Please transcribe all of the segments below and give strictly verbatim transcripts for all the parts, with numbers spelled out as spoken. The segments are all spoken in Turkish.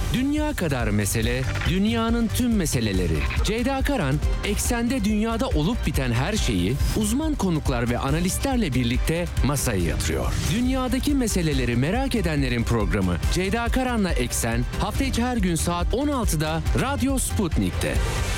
Dünya kadar mesele, dünyanın tüm meseleleri. Ceyda Karan, eksende dünyada olup biten her şeyi uzman konuklar ve analistlerle birlikte masaya yatırıyor. Dünyadaki meseleleri merak edenlerin programı Ceyda Karan'la Eksen, hafta içi her gün saat on altıda Radyo Sputnik'te.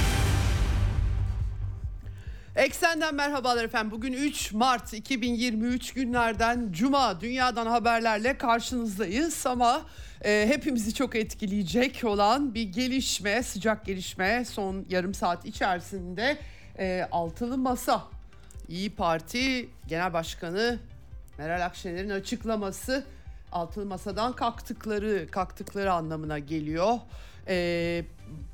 Eksen'den merhabalar efendim. Bugün üç Mart iki bin yirmi üç günlerden Cuma, dünyadan haberlerle karşınızdayız ama e, hepimizi çok etkileyecek olan bir gelişme, sıcak gelişme son yarım saat içerisinde e, Altılı Masa, İyi Parti Genel Başkanı Meral Akşener'in açıklaması Altılı Masa'dan kalktıkları kalktıkları anlamına geliyor. E,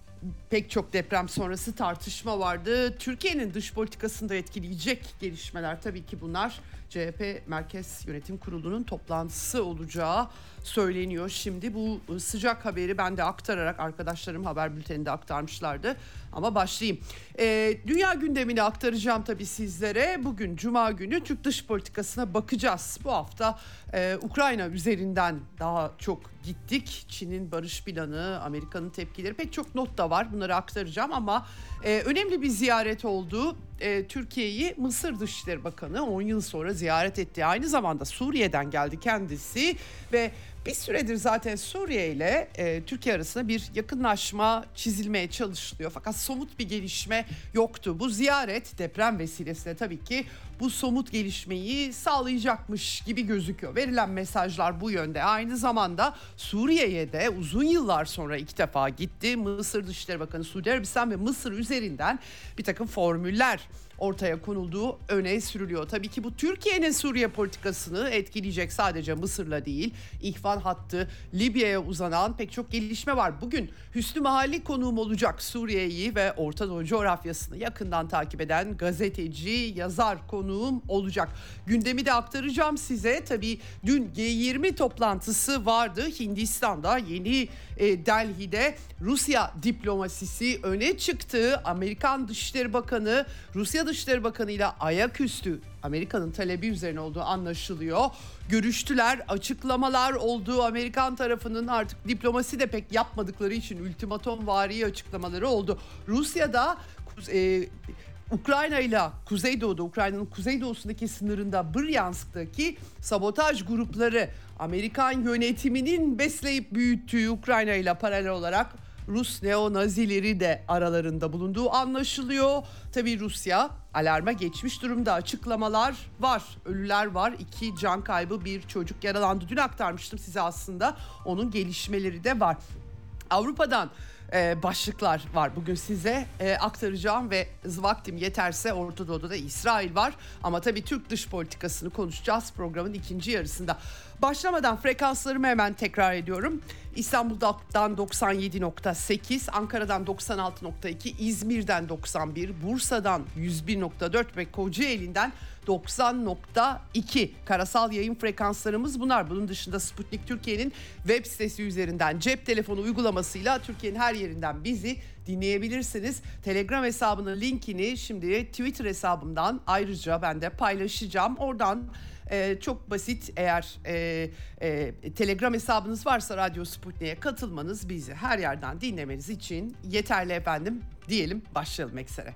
Pek çok deprem sonrası tartışma vardı. Türkiye'nin dış politikasını da etkileyecek gelişmeler tabii ki bunlar. C H P Merkez Yönetim Kurulu'nun toplantısı olacağı söyleniyor. Şimdi bu sıcak haberi ben de aktararak, arkadaşlarım haber bülteninde aktarmışlardı. Ama başlayayım. Ee, dünya gündemini aktaracağım tabii sizlere. Bugün Cuma günü Türk dış politikasına bakacağız. Bu hafta e, Ukrayna üzerinden daha çok gittik. Çin'in barış planı, Amerika'nın tepkileri, pek çok not da var. Bunları aktaracağım ama e, önemli bir ziyaret oldu. E, Türkiye'yi Mısır Dışişleri Bakanı on yıl sonra ziyaret etti. Aynı zamanda Suriye'den geldi kendisi ve bir süredir zaten Suriye ile e, Türkiye arasında bir yakınlaşma çizilmeye çalışılıyor. Fakat somut bir gelişme yoktu. Bu ziyaret deprem vesilesiyle tabii ki bu somut gelişmeyi sağlayacakmış gibi gözüküyor. Verilen mesajlar bu yönde. Aynı zamanda Suriye'ye de uzun yıllar sonra ilk defa gitti. Mısır Dışişleri Bakanı Suudi Arabistan ve Mısır üzerinden bir takım formüller ortaya konulduğu öne sürülüyor. Tabii ki bu Türkiye'nin Suriye politikasını etkileyecek, sadece Mısır'la değil. İhvan hattı, Libya'ya uzanan pek çok gelişme var. Bugün Hüsnü Mahalli konuğum olacak. Suriye'yi ve Orta Doğu coğrafyasını yakından takip eden gazeteci, yazar konuğum olacak. Gündemi de aktaracağım size. Tabii dün G yirmi toplantısı vardı. Hindistan'da, Yeni e, Delhi'de Rusya diplomasisi öne çıktı. Amerikan Dışişleri Bakanı Rusya Dışişleri Bakanı ile ayaküstü, Amerika'nın talebi üzerine olduğu anlaşılıyor. Görüştüler, açıklamalar oldu. Amerikan tarafının artık diplomasi de pek yapmadıkları için ultimatomvari açıklamaları oldu. Rusya'da e, Ukrayna ile Kuzeydoğu'da, Ukrayna'nın kuzeydoğusundaki sınırında Bryansk'taki sabotaj grupları, Amerikan yönetiminin besleyip büyüttüğü Ukrayna ile paralel olarak Rus neonazileri de aralarında bulunduğu anlaşılıyor. Tabii Rusya alarma geçmiş durumda, açıklamalar var, ölüler var, iki can kaybı, bir çocuk yaralandı. Dün aktarmıştım size aslında, onun gelişmeleri de var. Avrupa'dan e, başlıklar var bugün size e, aktaracağım ve vaktim yeterse Orta Doğu'da da İsrail var. Ama tabii Türk dış politikasını konuşacağız programın ikinci yarısında. Başlamadan frekanslarımı hemen tekrar ediyorum. İstanbul'dan doksan yedi nokta sekiz, Ankara'dan doksan altı nokta iki, İzmir'den doksan bir, Bursa'dan yüz bir nokta dört ve Kocaeli'nden doksan nokta iki karasal yayın frekanslarımız bunlar. Bunun dışında Sputnik Türkiye'nin web sitesi üzerinden cep telefonu uygulamasıyla Türkiye'nin her yerinden bizi dinleyebilirsiniz. Telegram hesabının linkini şimdi Twitter hesabımdan ayrıca ben de paylaşacağım. Oradan Ee, çok basit, eğer e, e, Telegram hesabınız varsa Radyo Sputnik'e katılmanız bizi her yerden dinlemeniz için yeterli efendim diyelim, başlayalım eksere.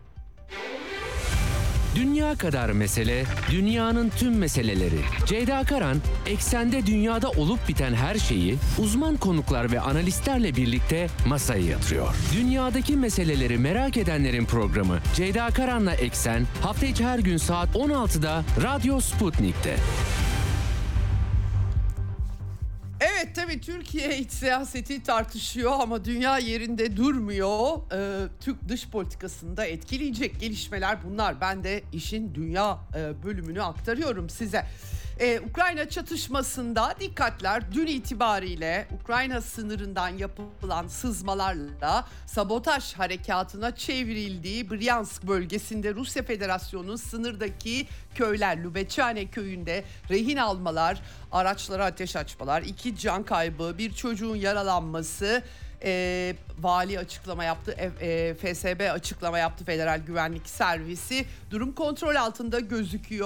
Dünya kadar mesele, dünyanın tüm meseleleri. Ceyda Karan, eksende dünyada olup biten her şeyi uzman konuklar ve analistlerle birlikte masaya yatırıyor. Dünyadaki meseleleri merak edenlerin programı Ceyda Karan'la Eksen, hafta içi her gün saat on altıda Radyo Sputnik'te. Evet, tabii Türkiye iç siyaseti tartışıyor ama dünya yerinde durmuyor. Ee, Türk dış politikasında etkileyecek gelişmeler bunlar. Ben de işin dünya e, bölümünü aktarıyorum size. Ee, Ukrayna çatışmasında dikkatler dün itibariyle Ukrayna sınırından yapılan sızmalarla sabotaj harekatına çevrildiği Bryansk bölgesinde Rusya Federasyonu'nun sınırdaki köyler, Lubechane köyünde rehin almalar, araçlara ateş açmalar, iki can kaybı, bir çocuğun yaralanması, e, vali açıklama yaptı, e, e, F S B açıklama yaptı, Federal Güvenlik Servisi. Durum kontrol altında gözüküyor.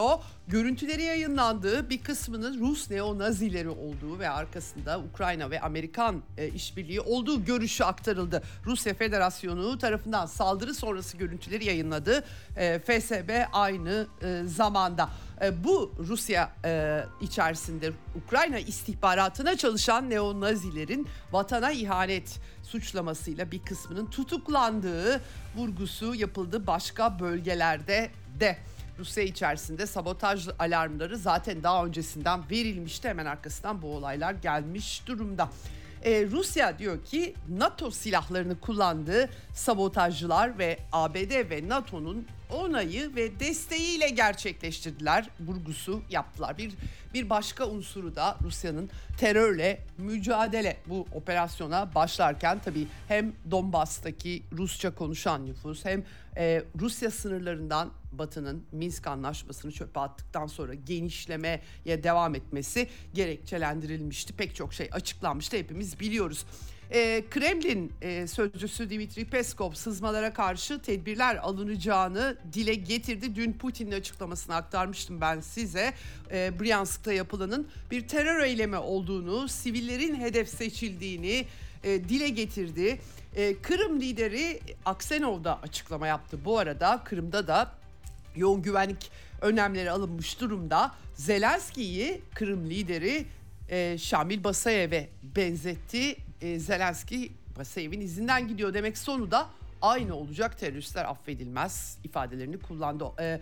Görüntüleri yayınlandığı, bir kısmının Rus neo-nazileri olduğu ve arkasında Ukrayna ve Amerikan e, işbirliği olduğu görüşü aktarıldı. Rusya Federasyonu tarafından saldırı sonrası görüntüleri yayınladı. E, F S B aynı e, zamanda. E, bu Rusya e, içerisinde Ukrayna istihbaratına çalışan neo-nazilerin vatana ihanet suçlamasıyla bir kısmının tutuklandığı vurgusu yapıldı başka bölgelerde de. Rusya içerisinde sabotaj alarmları zaten daha öncesinden verilmişti. Hemen arkasından bu olaylar gelmiş durumda. Ee, Rusya diyor ki NATO silahlarını kullandığı sabotajcılar ve A B D ve NATO'nun onayı ve desteğiyle gerçekleştirdiler, vurgusu yaptılar. Bir bir başka unsuru da Rusya'nın terörle mücadele bu operasyona başlarken tabii hem Donbas'taki Rusça konuşan nüfus hem e, Rusya sınırlarından Batı'nın Minsk Anlaşması'nı çöpe attıktan sonra genişlemeye devam etmesi gerekçelendirilmişti. Pek çok şey açıklanmıştı, hepimiz biliyoruz. E, Kremlin e, sözcüsü Dmitri Peskov sızmalara karşı tedbirler alınacağını dile getirdi. Dün Putin'in açıklamasını aktarmıştım ben size. E, Bryansk'ta yapılanın bir terör eylemi olduğunu, sivillerin hedef seçildiğini e, dile getirdi. E, Kırım lideri Aksenov da açıklama yaptı. Bu arada Kırım'da da yoğun güvenlik önlemleri alınmış durumda. Zelenski'yi Kırım lideri e, Şamil Basayev'e benzetti. E, Zelenski Basayev'in izinden gidiyor demek, sonu da aynı olacak, teröristler affedilmez ifadelerini kullandı. E,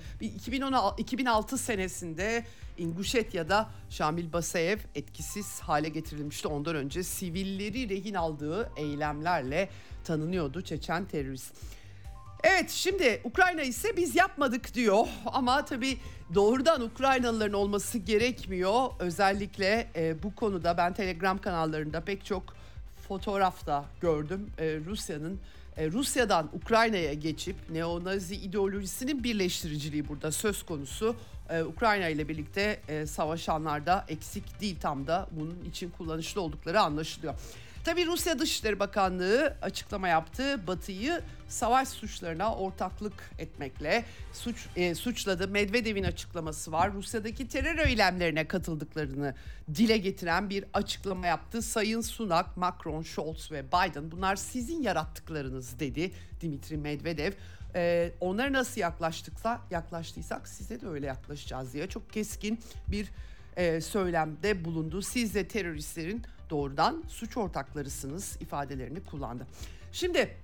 iki bin altı senesinde İnguşetya'da Şamil Basayev etkisiz hale getirilmişti. Ondan önce sivilleri rehin aldığı eylemlerle tanınıyordu Çeçen terörist. Evet, şimdi Ukrayna ise biz yapmadık diyor ama tabii doğrudan Ukraynalıların olması gerekmiyor. Özellikle e, bu konuda ben Telegram kanallarında pek çok fotoğrafta gördüm. E, Rusya'nın e, Rusya'dan Ukrayna'ya geçip neo-nazi ideolojisinin birleştiriciliği burada söz konusu. E, Ukrayna ile birlikte e, savaşanlar da eksik değil, tam da bunun için kullanışlı oldukları anlaşılıyor. Tabii Rusya Dışişleri Bakanlığı açıklama yaptı. Batı'yı savaş suçlarına ortaklık etmekle suç e, suçladı. Medvedev'in açıklaması var. Rusya'daki terör eylemlerine katıldıklarını dile getiren bir açıklama yaptı. Sayın Sunak, Macron, Scholz ve Biden, bunlar sizin yarattıklarınız dedi Dmitri Medvedev. Ee, onlara nasıl yaklaştıksa yaklaştıysak size de öyle yaklaşacağız diye çok keskin bir e, söylemde bulundu. Siz de teröristlerin doğrudan suç ortaklarısınız ifadelerini kullandı. Şimdi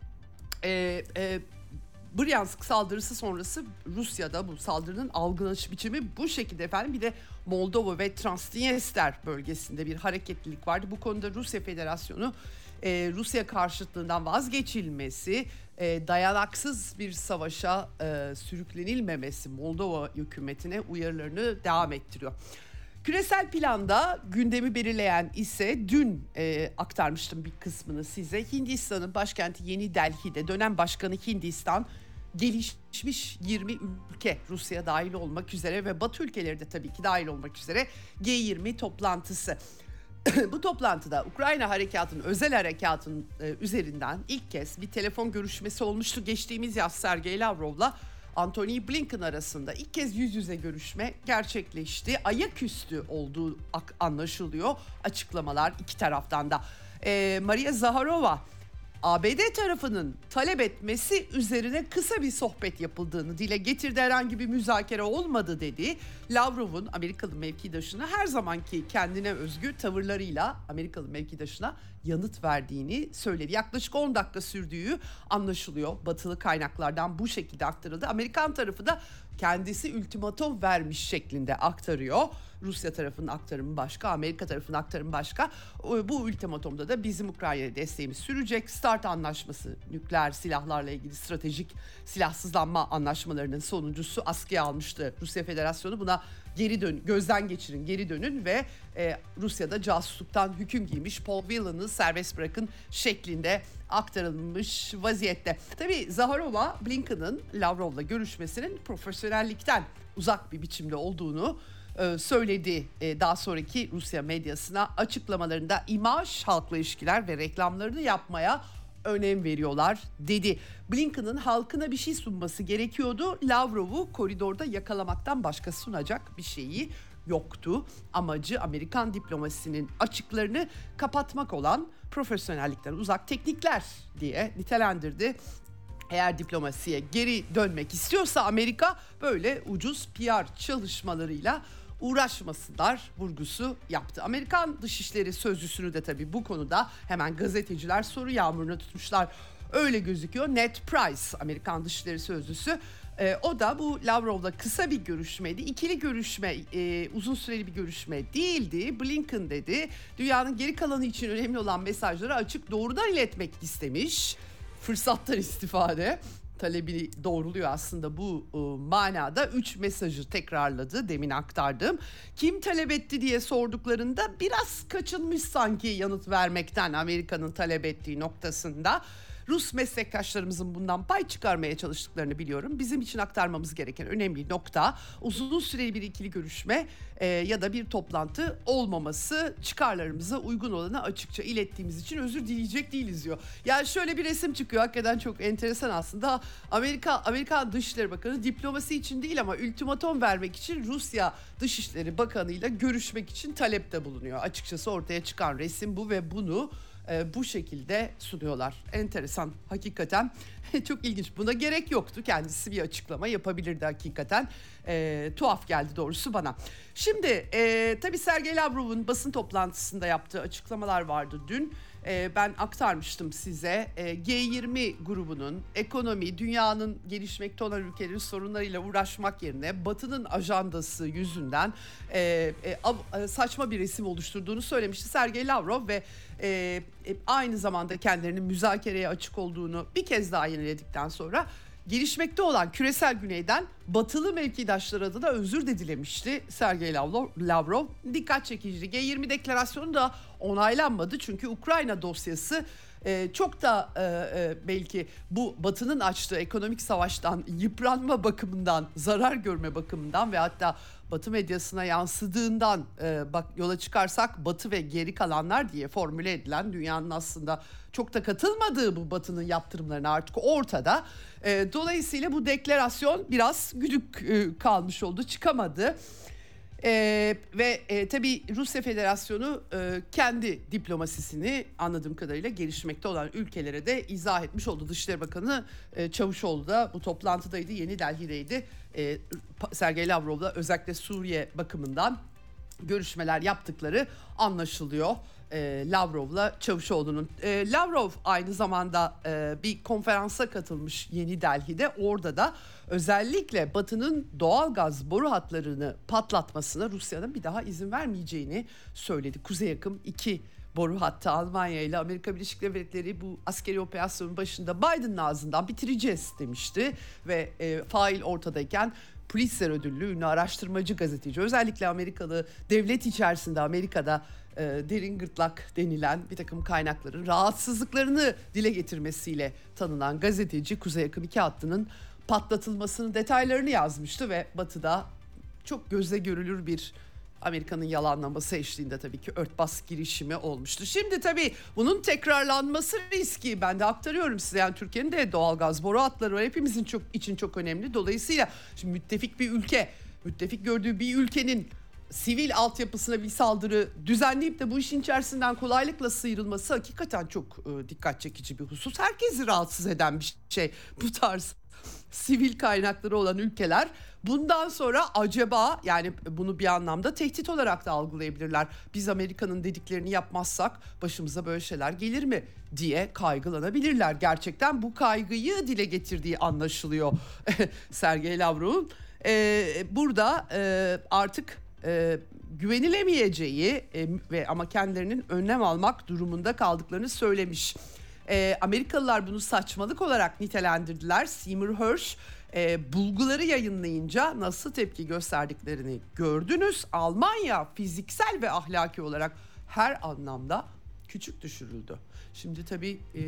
e, e, Bryansk saldırısı sonrası Rusya'da bu saldırının algılanış biçimi bu şekilde efendim. Bir de Moldova ve Transnistria bölgesinde bir hareketlilik vardı. Bu konuda Rusya Federasyonu e, Rusya karşıtlığından vazgeçilmesi, e, dayanaksız bir savaşa e, sürüklenilmemesi Moldova hükümetine uyarılarını devam ettiriyor. Küresel planda gündemi belirleyen ise dün e, aktarmıştım bir kısmını size. Hindistan'ın başkenti Yeni Delhi'de dönem başkanı Hindistan, gelişmiş yirmi ülke Rusya dahil olmak üzere ve Batı ülkeleri de tabii ki dahil olmak üzere G yirmi toplantısı. Bu toplantıda Ukrayna harekatının, özel harekatın e, üzerinden ilk kez bir telefon görüşmesi olmuştu. Geçtiğimiz yaz Sergey Lavrov'la Antony Blinken arasında ilk kez yüz yüze görüşme gerçekleşti. Ayaküstü olduğu anlaşılıyor açıklamalar iki taraftan da. Ee, Maria Zaharova, A B D tarafının talep etmesi üzerine kısa bir sohbet yapıldığını dile getirdi. Herhangi bir müzakere olmadı dedi. Lavrov'un Amerikalı mevkidaşına her zamanki kendine özgü tavırlarıyla Amerikalı mevkidaşına yanıt verdiğini söyledi. Yaklaşık on dakika sürdüğü anlaşılıyor. Batılı kaynaklardan bu şekilde aktarıldı. Amerikan tarafı da kendisi ultimatum vermiş şeklinde aktarıyor. Rusya tarafının aktarımı başka, Amerika tarafının aktarımı başka. Bu ultimatumda da bizim Ukrayna'ya desteğimiz sürecek. START anlaşması, nükleer silahlarla ilgili stratejik silahsızlanma anlaşmalarının sonuncusu askıya almıştı Rusya Federasyonu. Buna geri dön, gözden geçirin, geri dönün ve e, Rusya'da casusluktan hüküm giymiş Paul Whelan'ı serbest bırakın şeklinde aktarılmış vaziyette. Tabii Zaharova, Blinken'ın Lavrov'la görüşmesinin profesyonellikten uzak bir biçimde olduğunu e, söyledi. E, daha sonraki Rusya medyasına açıklamalarında imaj, halkla ilişkiler ve reklamlarını yapmaya önem veriyorlar dedi. Blinken'ın halkına bir şey sunması gerekiyordu. Lavrov'u koridorda yakalamaktan başka sunacak bir şeyi yoktu. Amacı Amerikan diplomasisinin açıklarını kapatmak olan profesyonellikten uzak teknikler diye nitelendirdi. Eğer diplomasiye geri dönmek istiyorsa Amerika böyle ucuz P R çalışmalarıyla uğraşmasınlar vurgusu yaptı. Amerikan Dışişleri Sözcüsünü de tabii bu konuda hemen gazeteciler soru yağmuruna tutmuşlar. Öyle gözüküyor. Ned Price, Amerikan Dışişleri Sözcüsü, e, o da bu Lavrov'la kısa bir görüşmeydi. İkili görüşme, e, uzun süreli bir görüşme değildi. Blinken dedi, dünyanın geri kalanı için önemli olan mesajları açık doğrudan iletmek istemiş. Fırsattan istifade talebi doğruluyor aslında bu e, manada. Üç mesajı tekrarladı demin aktardığım. Kim talep etti diye sorduklarında biraz kaçınmış sanki yanıt vermekten Amerika'nın talep ettiği noktasında. Rus meslektaşlarımızın bundan pay çıkarmaya çalıştıklarını biliyorum. Bizim için aktarmamız gereken önemli nokta uzun süreli bir ikili görüşme e, ya da bir toplantı olmaması, çıkarlarımıza uygun olanı açıkça ilettiğimiz için özür dileyecek değiliz diyor. Yani şöyle bir resim çıkıyor, hakikaten çok enteresan aslında. Amerika Amerikan Dışişleri Bakanı diplomasi için değil ama ultimatom vermek için Rusya Dışişleri Bakanı ile görüşmek için talepte bulunuyor. Açıkçası ortaya çıkan resim bu ve bunu e, bu şekilde sunuyorlar. Enteresan hakikaten. Çok ilginç. Buna gerek yoktu. Kendisi bir açıklama yapabilirdi hakikaten. E, tuhaf geldi doğrusu bana. Şimdi e, tabii Sergey Lavrov'un basın toplantısında yaptığı açıklamalar vardı dün. E, ben aktarmıştım size. E, G yirmi grubunun ekonomi, dünyanın gelişmekte olan ülkelerin sorunlarıyla uğraşmak yerine Batı'nın ajandası yüzünden e, e, saçma bir resim oluşturduğunu söylemişti Sergey Lavrov ve e, e, aynı zamanda kendilerinin müzakereye açık olduğunu bir kez daha yeniledikten sonra gelişmekte olan küresel güneyden batılı mevkidaşlar adına özür de dilemişti Sergey Lavrov. Dikkat çekiciydi. G yirmi deklarasyonu da onaylanmadı çünkü Ukrayna dosyası e, çok da e, e, belki bu batının açtığı ekonomik savaştan yıpranma bakımından, zarar görme bakımından ve hatta Batı medyasına yansıdığından e, bak yola çıkarsak Batı ve geri kalanlar diye formüle edilen, dünyanın aslında çok da katılmadığı bu Batı'nın yaptırımlarına artık ortada. E, dolayısıyla bu deklarasyon biraz güdük e, kalmış oldu, çıkamadı. Ee, ve e, tabii Rusya Federasyonu e, kendi diplomasisini anladığım kadarıyla gelişmekte olan ülkelere de izah etmiş oldu. Dışişleri Bakanı e, Çavuşoğlu da bu toplantıdaydı, Yeni Delhi'deydi. E, Sergey Lavrov'la özellikle Suriye bakımından görüşmeler yaptıkları anlaşılıyor. E, Lavrov'la Çavuşoğlu'nun. E, Lavrov aynı zamanda e, bir konferansa katılmış Yeni Delhi'de. Orada da özellikle Batı'nın doğal gaz boru hatlarını patlatmasına Rusya'nın bir daha izin vermeyeceğini söyledi. Kuzey Akım iki boru hattı Almanya ile Amerika Birleşik Devletleri bu askeri operasyonun başında Biden'ın ağzından bitireceğiz demişti ve e, fail ortadayken Pulitzer ödüllü ünlü araştırmacı gazeteci, özellikle Amerikalı devlet içerisinde Amerika'da e, derin gırtlak denilen bir takım kaynakların rahatsızlıklarını dile getirmesiyle tanınan gazeteci Kuzey Akım iki hattının patlatılmasının detaylarını yazmıştı ve Batı'da çok gözle görülür bir Amerika'nın yalanlaması eşliğinde tabii ki örtbas girişimi olmuştu. Şimdi tabii bunun tekrarlanması riski, ben de aktarıyorum size. Yani Türkiye'nin de doğalgaz boru hatları var, hepimizin çok için çok önemli. Dolayısıyla şimdi müttefik bir ülke, müttefik gördüğü bir ülkenin sivil altyapısına bir saldırı düzenleyip de bu işin içerisinden kolaylıkla sıyrılması hakikaten çok e, dikkat çekici bir husus. Herkesi rahatsız eden bir şey bu tarz sivil kaynakları olan ülkeler. Bundan sonra acaba, yani bunu bir anlamda tehdit olarak da algılayabilirler. Biz Amerika'nın dediklerini yapmazsak başımıza böyle şeyler gelir mi diye kaygılanabilirler. Gerçekten bu kaygıyı dile getirdiği anlaşılıyor Sergey Lavrov'un. Ee, burada e, artık e, güvenilemeyeceği e, ve ama kendilerinin önlem almak durumunda kaldıklarını söylemiş. E, Amerikalılar bunu saçmalık olarak nitelendirdiler. Seymour Hersh e, bulguları yayınlayınca nasıl tepki gösterdiklerini gördünüz. Almanya fiziksel ve ahlaki olarak her anlamda küçük düşürüldü. Şimdi tabii e,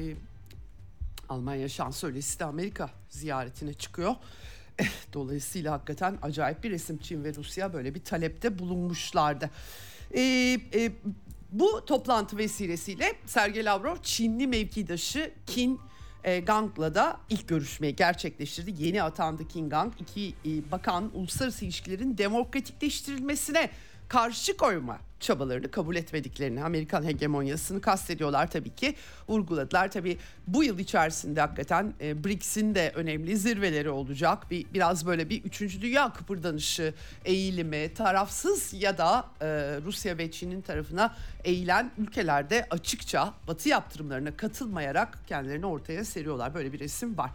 Almanya şansölyesi de Amerika ziyaretine çıkıyor. Dolayısıyla hakikaten acayip bir resim. Çin ve Rusya böyle bir talepte bulunmuşlardı. Ee, e, Bu toplantı vesilesiyle Sergey Lavrov Çinli mevkidaşı Qin e, Gang'la da ilk görüşmeyi gerçekleştirdi. Yeni atandı Qin Gang. İki e, bakan uluslararası ilişkilerin demokratikleştirilmesine karşı koyma çabalarını kabul etmediklerini, Amerikan hegemonyasını kastediyorlar tabii ki, vurguladılar. Tabii bu yıl içerisinde hakikaten e, B R I C S'in de önemli zirveleri olacak. Bir biraz böyle bir üçüncü dünya kıpırdanışı eğilimi, tarafsız ya da e, Rusya ve Çin'in tarafına eğilen ülkelerde açıkça Batı yaptırımlarına katılmayarak kendilerini ortaya seriyorlar. Böyle bir resim var.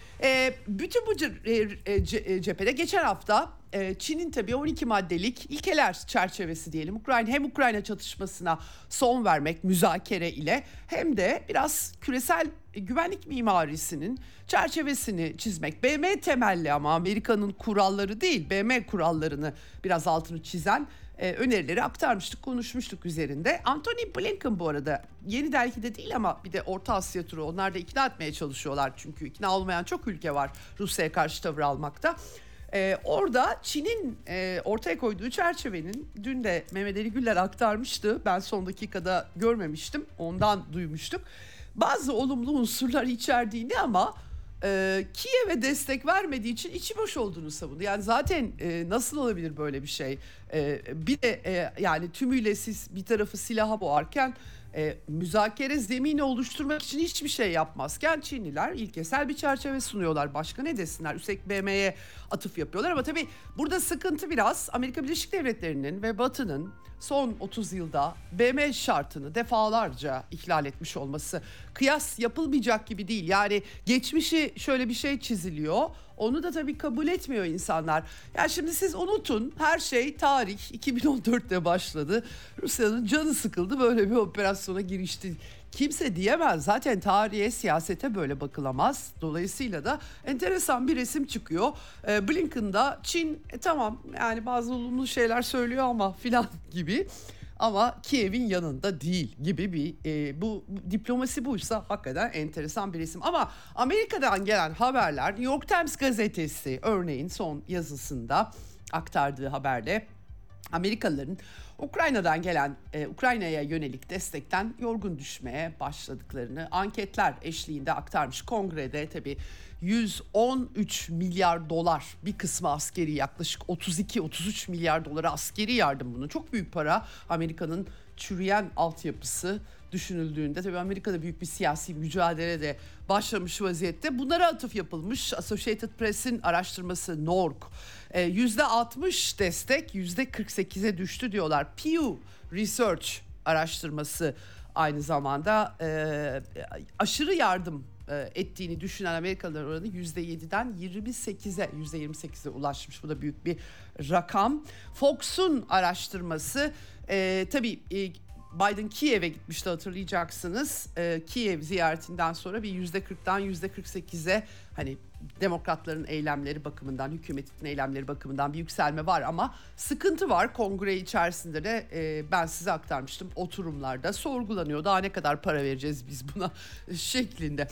E, bütün bu ce- e, ce- cephede geçen hafta e, Çin'in tabii on iki maddelik ilkeler çerçevesi diyelim, Ukrayna hem Ukrayna çatışmasına son vermek müzakere ile hem de biraz küresel güvenlik mimarisinin çerçevesini çizmek. B M temelli ama Amerika'nın kuralları değil, B M kurallarını biraz altını çizen e, önerileri aktarmıştık, konuşmuştuk üzerinde. Antony Blinken bu arada Yeni Delhi'de değil ama bir de Orta Asya turu, onlar da ikna etmeye çalışıyorlar. Çünkü ikna olmayan çok ülke var Rusya'ya karşı tavır almakta. Ee, orada Çin'in e, ortaya koyduğu çerçevenin, dün de Mehmet Ali Güller aktarmıştı. Ben son dakikada görmemiştim, ondan duymuştuk. Bazı olumlu unsurlar içerdiğini ama e, Kiev'e destek vermediği için içi boş olduğunu savundu. Yani zaten e, nasıl olabilir böyle bir şey? E, bir de e, yani tümüyle siz bir tarafı silaha boğarken E, müzakere zemini oluşturmak için hiçbir şey yapmazken Çinliler ilkesel bir çerçeve sunuyorlar. Başka ne desinler? Üstelik B M'ye atıf yapıyorlar ama tabii burada sıkıntı biraz Amerika Birleşik Devletleri'nin ve Batı'nın son otuz yılda B M şartını defalarca ihlal etmiş olması. Kıyas yapılmayacak gibi değil. Yani geçmişi şöyle bir şey çiziliyor. Onu da tabii kabul etmiyor insanlar. Ya şimdi siz unutun, her şey tarih iki bin on dörtte başladı. Rusya'nın canı sıkıldı, böyle bir operasyona girişti. Kimse diyemez, zaten tarihe, siyasete böyle bakılamaz. Dolayısıyla da enteresan bir resim çıkıyor. Ee, Blinken'da Çin e, tamam yani bazı olumlu şeyler söylüyor ama filan gibi. Ama Kiev'in yanında değil gibi bir e, bu, bu diplomasi buysa hakikaten enteresan bir resim. Ama Amerika'dan gelen haberler, New York Times gazetesi örneğin son yazısında aktardığı haberde Amerikalıların Ukrayna'dan gelen e, Ukrayna'ya yönelik destekten yorgun düşmeye başladıklarını anketler eşliğinde aktarmış. Kongrede tabii yüz on üç milyar dolar, bir kısmı askeri, yaklaşık otuz iki otuz üç milyar dolara askeri yardım, bunun çok büyük para. Amerika'nın çürüyen altyapısı düşünüldüğünde tabii Amerika'da büyük bir siyasi mücadele de başlamış vaziyette. Bunlara atıf yapılmış. Associated Press'in araştırması N O R C yüzde altmış destek, yüzde kırk sekize düştü diyorlar. Pew Research araştırması aynı zamanda e, aşırı yardım e, ettiğini düşünen Amerikalılar oranı yüzde yediden yirmi sekize, yüzde yirmi sekize ulaşmış. Bu da büyük bir rakam. Fox'un araştırması e, tabii e, Biden Kiev'e gitmişti, hatırlayacaksınız. Ee, Kiev ziyaretinden sonra bir yüzde kırktan yüzde kırk sekize hani demokratların eylemleri bakımından, hükümetin eylemleri bakımından bir yükselme var ama sıkıntı var. Kongre içerisinde de e, ben size aktarmıştım, oturumlarda sorgulanıyor. Daha ne kadar para vereceğiz biz buna şeklinde.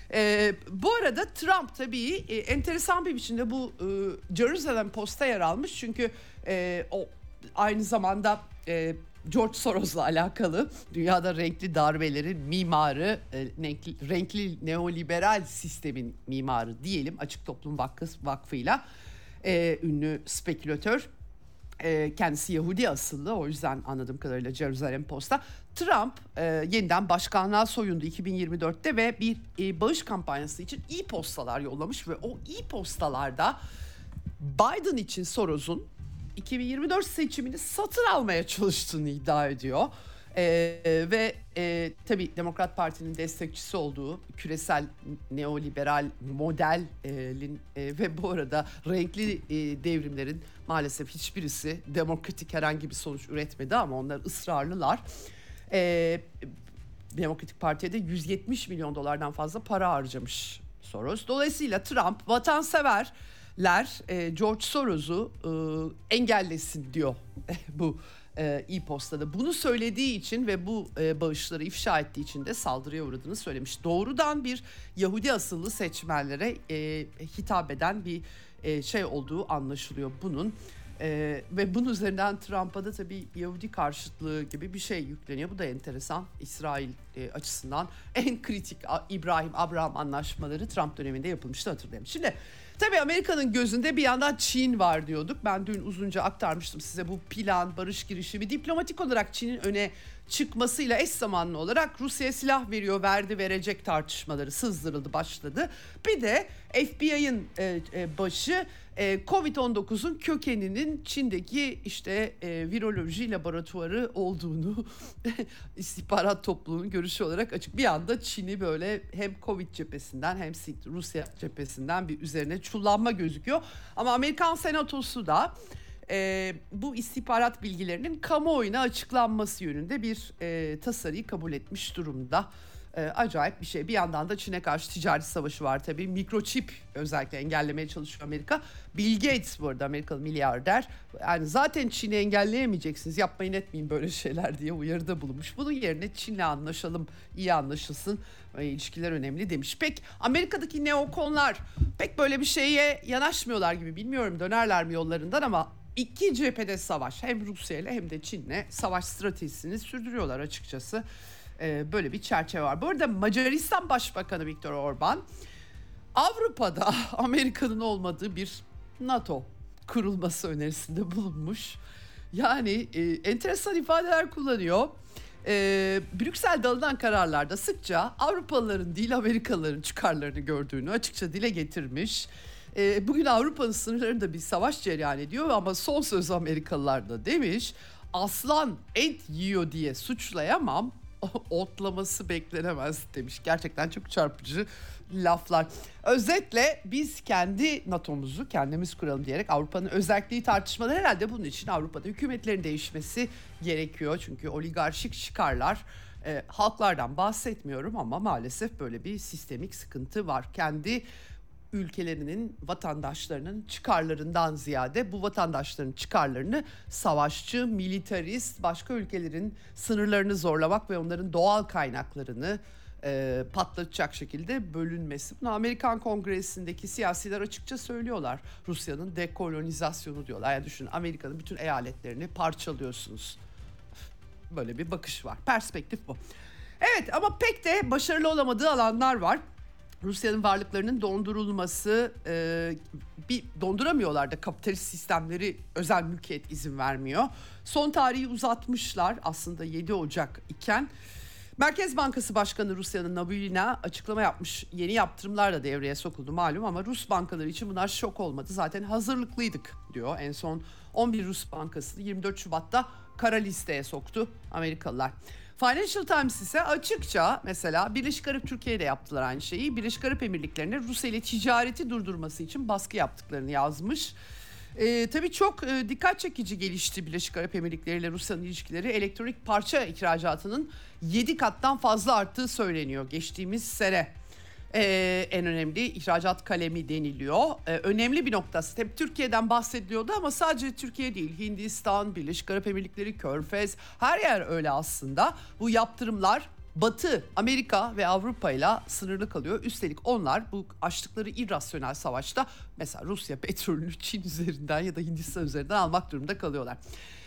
E, bu arada Trump tabii e, enteresan bir biçimde bu e, Jerusalem Post'a yer almış. Çünkü e, o aynı zamanda E, George Soros'la alakalı dünyada renkli darbelerin mimarı, renkli, renkli neoliberal sistemin mimarı diyelim, Açık Toplum Vakfı'yla e, ünlü spekülatör. E, kendisi Yahudi asıllı, o yüzden anladığım kadarıyla Jerusalem Post'ta. Trump e, yeniden başkanlığa soyundu iki bin yirmi dörtte ve bir e, bağış kampanyası için e-postalar yollamış ve o e-postalarda Biden için Soros'un iki bin yirmi dört seçimini satın almaya çalıştığını iddia ediyor. Ee, ve e, tabii Demokrat Parti'nin destekçisi olduğu küresel neoliberal modelin e, ve bu arada renkli e, devrimlerin maalesef hiçbirisi demokratik herhangi bir sonuç üretmedi ama onlar ısrarlılar. E, Demokratik Parti'ye de yüz yetmiş milyon dolardan fazla para harcamış Soros. Dolayısıyla Trump vatansever George Soros'u e, engellesin diyor bu e, e-postada. Bunu söylediği için ve bu e, bağışları ifşa ettiği için de saldırıya uğradığını söylemiş. Doğrudan bir Yahudi asıllı seçmenlere e, hitap eden bir e, şey olduğu anlaşılıyor bunun. Ee, ve bunun üzerinden Trump'a da tabii Yahudi karşıtlığı gibi bir şey yükleniyor. Bu da enteresan. İsrail e, açısından en kritik İbrahim-Abraham anlaşmaları Trump döneminde yapılmıştı, hatırlayalım. Şimdi tabii Amerika'nın gözünde bir yandan Çin var diyorduk. Ben dün uzunca aktarmıştım size bu plan, barış girişimi. Diplomatik olarak Çin'in öne çıkmasıyla eş zamanlı olarak Rusya'ya silah veriyor, verdi, verecek tartışmaları sızdırıldı, başladı. Bir de F B I'ın e, e, başı e, kovid on dokuzun kökeninin Çin'deki işte e, viroloji laboratuvarı olduğunu istihbarat topluluğunun görüşü olarak açık. Bir anda Çin'i böyle hem Covid cephesinden hem Rusya cephesinden bir üzerine çullanma gözüküyor. Ama Amerikan Senatosu da e, bu istihbarat bilgilerinin kamuoyuna açıklanması yönünde bir e, tasarıyı kabul etmiş durumda. E, acayip bir şey. Bir yandan da Çin'e karşı ticari savaşı var tabii. Mikroçip özellikle engellemeye çalışıyor Amerika. Bill Gates bu arada Amerikalı milyarder. Yani zaten Çin'i engelleyemeyeceksiniz. Yapmayın etmeyin böyle şeyler diye uyarıda bulunmuş. Bunun yerine Çin'le anlaşalım, iyi anlaşılsın. E, ilişkiler önemli demiş. Pek Amerika'daki neokonlar pek böyle bir şeye yanaşmıyorlar gibi. Bilmiyorum dönerler mi yollarından ama İki cephede savaş, hem Rusya ile hem de Çin'le savaş stratejisini sürdürüyorlar açıkçası. Ee, böyle bir çerçeve var. Bu arada Macaristan Başbakanı Viktor Orban Avrupa'da Amerika'nın olmadığı bir NATO kurulması önerisinde bulunmuş. Yani e, enteresan ifadeler kullanıyor. E, Brüksel'de alınan kararlarda sıkça Avrupalıların değil Amerikalıların çıkarlarını gördüğünü açıkça dile getirmiş. E, bugün Avrupa'nın sınırlarında bir savaş cereyan ediyor ama son söz Amerikalılarda demiş. Aslan et yiyor diye suçlayamam, otlaması beklenemez demiş. Gerçekten çok çarpıcı laflar. Özetle biz kendi NATO'muzu kendimiz kuralım diyerek Avrupa'nın özelliği tartışmaları, herhalde bunun için Avrupa'da hükümetlerin değişmesi gerekiyor. Çünkü oligarşik çıkarlar, e, halklardan bahsetmiyorum ama maalesef böyle bir sistemik sıkıntı var. Kendi ülkelerinin vatandaşlarının çıkarlarından ziyade bu vatandaşların çıkarlarını savaşçı, militarist, başka ülkelerin sınırlarını zorlamak ve onların doğal kaynaklarını e, patlatacak şekilde bölünmesi. Bunu Amerikan Kongresi'ndeki siyasiler açıkça söylüyorlar. Rusya'nın dekolonizasyonu diyorlar. Yani düşünün, Amerika'nın bütün eyaletlerini parçalıyorsunuz. Böyle bir bakış var. Perspektif bu. Evet, ama pek de başarılı olamadığı alanlar var. Rusya'nın varlıklarının dondurulması, e, bir donduramıyorlar da kapitalist sistemleri, özel mülkiyet izin vermiyor. Son tarihi uzatmışlar aslında yedi Ocak iken. Merkez Bankası Başkanı Rusya'nın Nabiullina açıklama yapmış. Yeni yaptırımlar da devreye sokuldu malum ama Rus bankaları için bunlar şok olmadı. Zaten hazırlıklıydık diyor. En son on bir Rus bankasını yirmi dört Şubat'ta kara listeye soktu Amerikalılar. Financial Times ise açıkça mesela Birleşik Arap Türkiye'de yaptılar aynı şeyi. Birleşik Arap Emirlikleri'ne Rusya ile ticareti durdurması için baskı yaptıklarını yazmış. Ee, tabii çok e, dikkat çekici gelişti Birleşik Arap Emirlikleri ile Rusya'nın ilişkileri. Elektronik parça ihracatının yedi kattan fazla arttığı söyleniyor geçtiğimiz sene. Ee, en önemli ihracat kalemi deniliyor. Ee, önemli bir noktası. Tabii Türkiye'den bahsediliyordu ama sadece Türkiye değil. Hindistan, Birleşik Arap Emirlikleri, Körfez, her yer öyle aslında. Bu yaptırımlar Batı, Amerika ve Avrupa ile sınırlı kalıyor. Üstelik onlar bu açtıkları irrasyonel savaşta mesela Rusya petrolünü Çin üzerinden ya da Hindistan üzerinden almak durumunda kalıyorlar.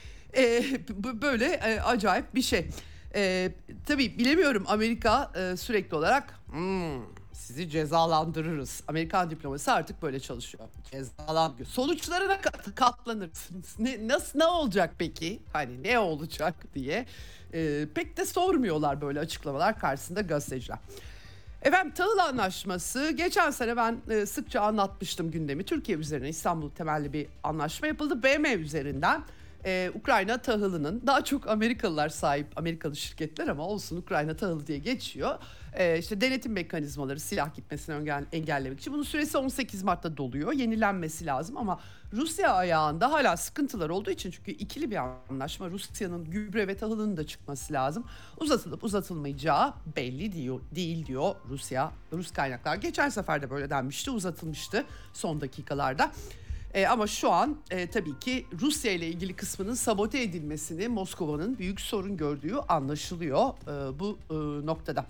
Ee, böyle e, acayip bir şey. Ee, tabii bilemiyorum, Amerika e, sürekli olarak hmm, sizi cezalandırırız. Amerikan diplomasisi artık böyle çalışıyor. Cezalandırıyor. Sonuçlarına kat, katlanırsınız. Ne, nasıl ne olacak peki? Hani ne olacak diye e, pek de sormuyorlar böyle açıklamalar karşısında gazeteciler. Efendim, tahıl anlaşması, geçen sene ben e, sıkça anlatmıştım gündemi. Türkiye üzerine İstanbul temelli bir anlaşma yapıldı. B M üzerinden Ee, Ukrayna tahılının, daha çok Amerikalılar sahip, Amerikalı şirketler ama olsun, Ukrayna tahılı diye geçiyor. Ee, işte denetim mekanizmaları, silah gitmesini engel, engellemek için. Bunun süresi on sekiz Mart'ta doluyor. Yenilenmesi lazım ama Rusya ayağında hala sıkıntılar olduğu için, çünkü ikili bir anlaşma, Rusya'nın gübre ve tahılının da çıkması lazım. Uzatılıp uzatılmayacağı belli diyor, değil diyor Rusya. Rus kaynaklar geçen sefer de böyle denmişti, uzatılmıştı son dakikalarda. E, ama şu an e, tabii ki Rusya ile ilgili kısmının sabote edilmesini Moskova'nın büyük sorun gördüğü anlaşılıyor e, bu e, noktada.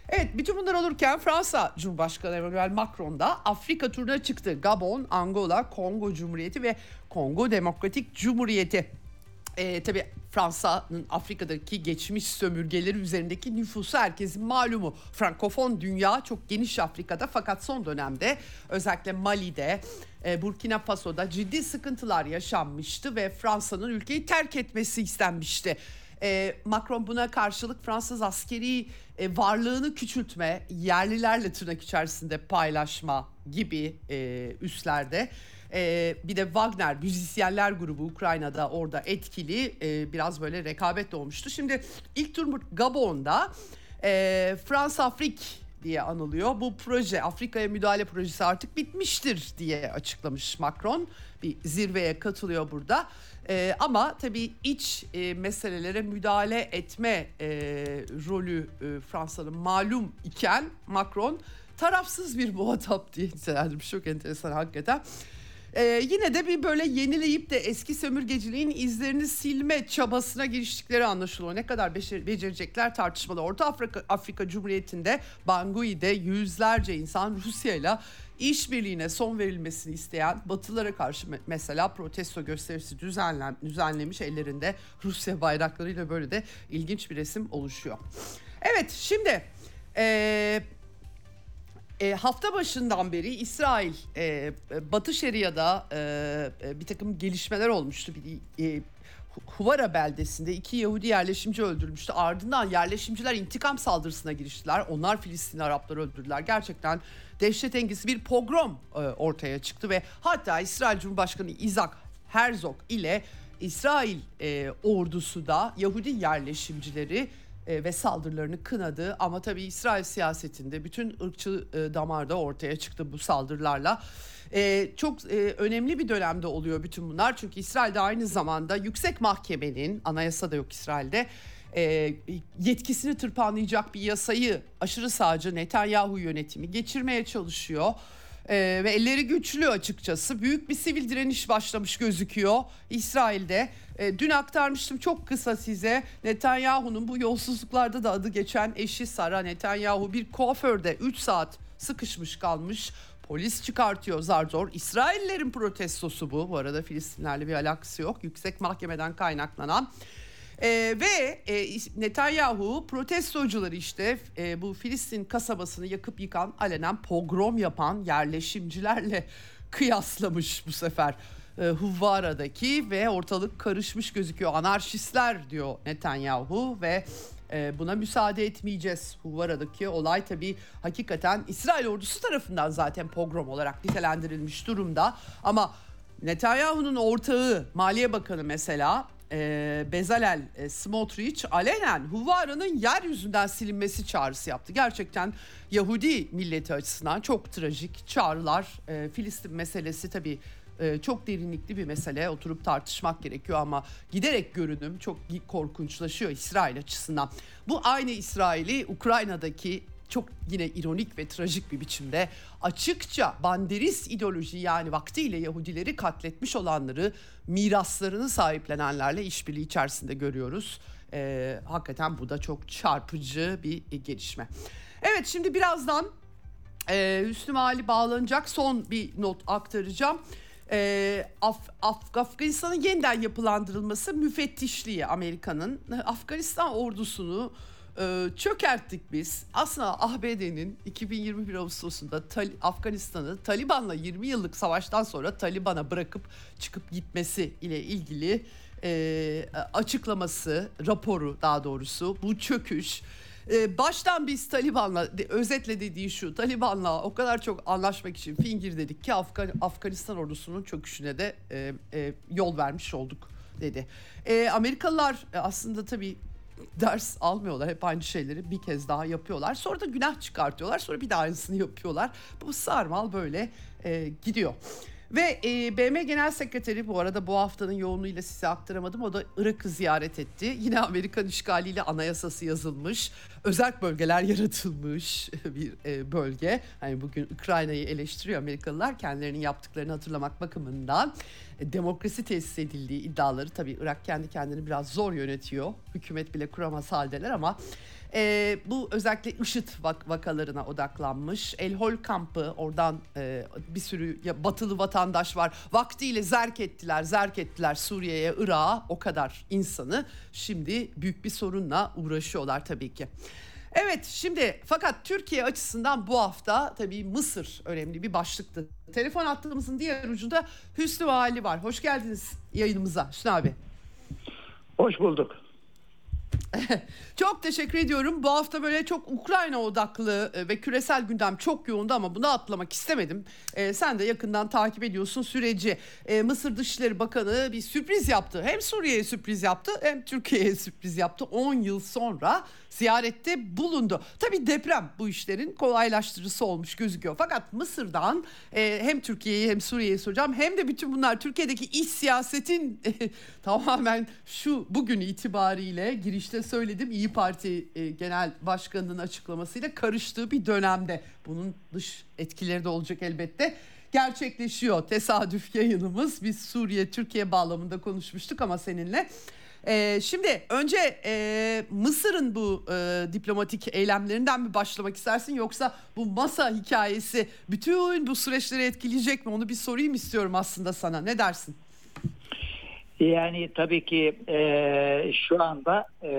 Evet, bütün bunlar olurken Fransa Cumhurbaşkanı Emmanuel Macron da Afrika turuna çıktı. Gabon, Angola, Kongo Cumhuriyeti ve Kongo Demokratik Cumhuriyeti. Ee, tabii Fransa'nın Afrika'daki geçmiş sömürgeleri üzerindeki nüfusu herkesin malumu. Frankofon dünya çok geniş Afrika'da, fakat son dönemde özellikle Mali'de, e, Burkina Faso'da ciddi sıkıntılar yaşanmıştı ve Fransa'nın ülkeyi terk etmesi istenmişti. E, Macron buna karşılık Fransız askeri e, varlığını küçültme, yerlilerle tırnak içerisinde paylaşma gibi e, üslerde. Ee, bir de Wagner müzisyenler grubu Ukrayna'da orada etkili, e, biraz böyle rekabet doğmuştu. Şimdi ilk tur Gabon'da e, France Afrique diye anılıyor. Bu proje, Afrika'ya müdahale projesi artık bitmiştir diye açıklamış Macron. Bir zirveye katılıyor burada. E, ama tabii iç e, meselelere müdahale etme e, rolü e, Fransa'nın malum iken Macron tarafsız bir muhatap diye nitelendirmiş. Çok enteresan hakikaten. Ee, yine de bir böyle yenileyip de eski sömürgeciliğin izlerini silme çabasına giriştikleri anlaşılıyor. Ne kadar becer- becerecekler tartışmalı. Orta Afrika, Afrika Cumhuriyeti'nde Bangui'de yüzlerce insan Rusya'yla işbirliğine son verilmesini isteyen, Batılılara karşı me- mesela protesto gösterisi düzenlen- düzenlemiş, ellerinde Rusya bayraklarıyla. Böyle de ilginç bir resim oluşuyor. Evet, şimdi Ee, E, hafta başından beri İsrail, e, Batı Şeria'da e, bir takım gelişmeler olmuştu. Bir, e, Huvara beldesinde iki Yahudi yerleşimci öldürülmüştü. Ardından yerleşimciler intikam saldırısına giriştiler. Onlar Filistinli Arapları öldürdüler. Gerçekten dehşetengiz bir pogrom e, ortaya çıktı ve hatta İsrail Cumhurbaşkanı Isaac Herzog ile İsrail e, ordusu da Yahudi yerleşimcileri E, ve saldırılarını kınadı. Ama tabii İsrail siyasetinde bütün ırkçı e, damar da ortaya çıktı bu saldırılarla. E, çok e, önemli bir dönemde oluyor bütün bunlar. Çünkü İsrail'de aynı zamanda Yüksek Mahkemenin, anayasa da yok İsrail'de, e, yetkisini tırpanlayacak bir yasayı aşırı sağcı Netanyahu yönetimi geçirmeye çalışıyor. Ee, ve elleri güçlü açıkçası. Büyük bir sivil direniş başlamış gözüküyor İsrail'de. Ee, dün aktarmıştım çok kısa size. Netanyahu'nun bu yolsuzluklarda da adı geçen eşi Sara Netanyahu bir kuaförde üç saat sıkışmış kalmış. Polis çıkartıyor zar zor. İsraillerin protestosu bu. Bu arada Filistinlerle bir alakası yok. Yüksek Mahkemeden kaynaklanan. Ee, ve e, Netanyahu protestocuları işte e, bu Filistin kasabasını yakıp yıkan, alenen pogrom yapan yerleşimcilerle kıyaslamış bu sefer. E, Huvara'daki ve ortalık karışmış gözüküyor. Anarşistler diyor Netanyahu ve e, buna müsaade etmeyeceğiz. Huvara'daki olay tabii hakikaten İsrail ordusu tarafından zaten pogrom olarak nitelendirilmiş durumda. Ama Netanyahu'nun ortağı Maliye Bakanı mesela e, Bezalel e, Smotrich alenen Huvara'nın yeryüzünden silinmesi çağrısı yaptı. Gerçekten Yahudi milleti açısından çok trajik çağrılar. E, Filistin meselesi tabii e, çok derinlikli bir mesele. Oturup tartışmak gerekiyor ama giderek görünüm çok korkunçlaşıyor İsrail açısından. Bu aynı İsrail'i Ukrayna'daki çok yine ironik ve trajik bir biçimde açıkça banderist ideoloji, yani vaktiyle Yahudileri katletmiş olanları, miraslarını sahiplenenlerle işbirliği içerisinde görüyoruz. Ee, hakikaten bu da çok çarpıcı bir gelişme. Evet, şimdi birazdan e, Hüsnü Mali bağlanacak, son bir not aktaracağım. Ee, Af- Af- Afganistan'ın yeniden yapılandırılması müfettişliği, Amerika'nın Afganistan ordusunu Ee, çökerttik biz. Aslında A B D'nin iki bin yirmi bir Ağustos'unda Tal- Afganistan'ı Taliban'la yirmi yıllık savaştan sonra Taliban'a bırakıp çıkıp gitmesi ile ilgili e, açıklaması, raporu daha doğrusu, bu çöküş. Ee, baştan biz Taliban'la, de, özetle dediği şu: Taliban'la o kadar çok anlaşmak için fingir dedik ki Afgan- Afganistan ordusunun çöküşüne de e, e, yol vermiş olduk dedi. E, Amerikalılar aslında tabii ders almıyorlar. Hep aynı şeyleri bir kez daha yapıyorlar. Sonra da günah çıkartıyorlar. Sonra bir daha aynısını yapıyorlar. Bu sarmal böyle e, gidiyor. Ve e, B M Genel Sekreteri, bu arada bu haftanın yoğunluğuyla size aktaramadım, o da Irak'ı ziyaret etti. Yine Amerikan işgaliyle anayasası yazılmış, özerk bölgeler yaratılmış bir e, bölge. Hani bugün Ukrayna'yı eleştiriyor Amerikalılar, kendilerinin yaptıklarını hatırlamak bakımından. E, demokrasi tesis edildiği iddiaları, tabii Irak kendi kendini biraz zor yönetiyor. Hükümet bile kuramaz haldeler ama e, bu özellikle IŞİD vak- vakalarına odaklanmış. El Hol kampı, oradan e, bir sürü ya, batılı vatandaş var. Vaktiyle zerk ettiler, zerk ettiler Suriye'ye, Irak'a, o kadar insanı. Şimdi büyük bir sorunla uğraşıyorlar tabii ki. Evet, şimdi fakat Türkiye açısından bu hafta tabii Mısır önemli bir başlıktı. Telefon hattımızın diğer ucunda Hüsnü Ali var. Hoş geldiniz yayınımıza Hüsnü abi. Hoş bulduk. Çok teşekkür ediyorum. Bu hafta böyle çok Ukrayna odaklı ve küresel gündem çok yoğundu ama bunu atlamak istemedim. Ee, sen de yakından takip ediyorsun süreci. Ee, Mısır Dışişleri Bakanı bir sürpriz yaptı. Hem Suriye'ye sürpriz yaptı hem Türkiye'ye sürpriz yaptı. on yıl sonra ziyarette bulundu. Tabii deprem bu işlerin kolaylaştırıcısı olmuş gözüküyor. Fakat Mısır'dan e, hem Türkiye'yi hem Suriye'yi soracağım. Hem de bütün bunlar Türkiye'deki iç siyasetin e, tamamen şu bugün itibariyle girişte söyledim. İyi Parti e, Genel Başkanı'nın açıklamasıyla karıştığı bir dönemde. Bunun dış etkileri de olacak elbette. Gerçekleşiyor tesadüf yayınımız. Biz Suriye-Türkiye bağlamında konuşmuştuk ama seninle. Ee, şimdi önce e, Mısır'ın bu e, diplomatik eylemlerinden mi başlamak istersin yoksa bu masa hikayesi bütün bu süreçleri etkileyecek mi, onu bir sorayım istiyorum aslında sana, ne dersin? Yani tabii ki e, şu anda e,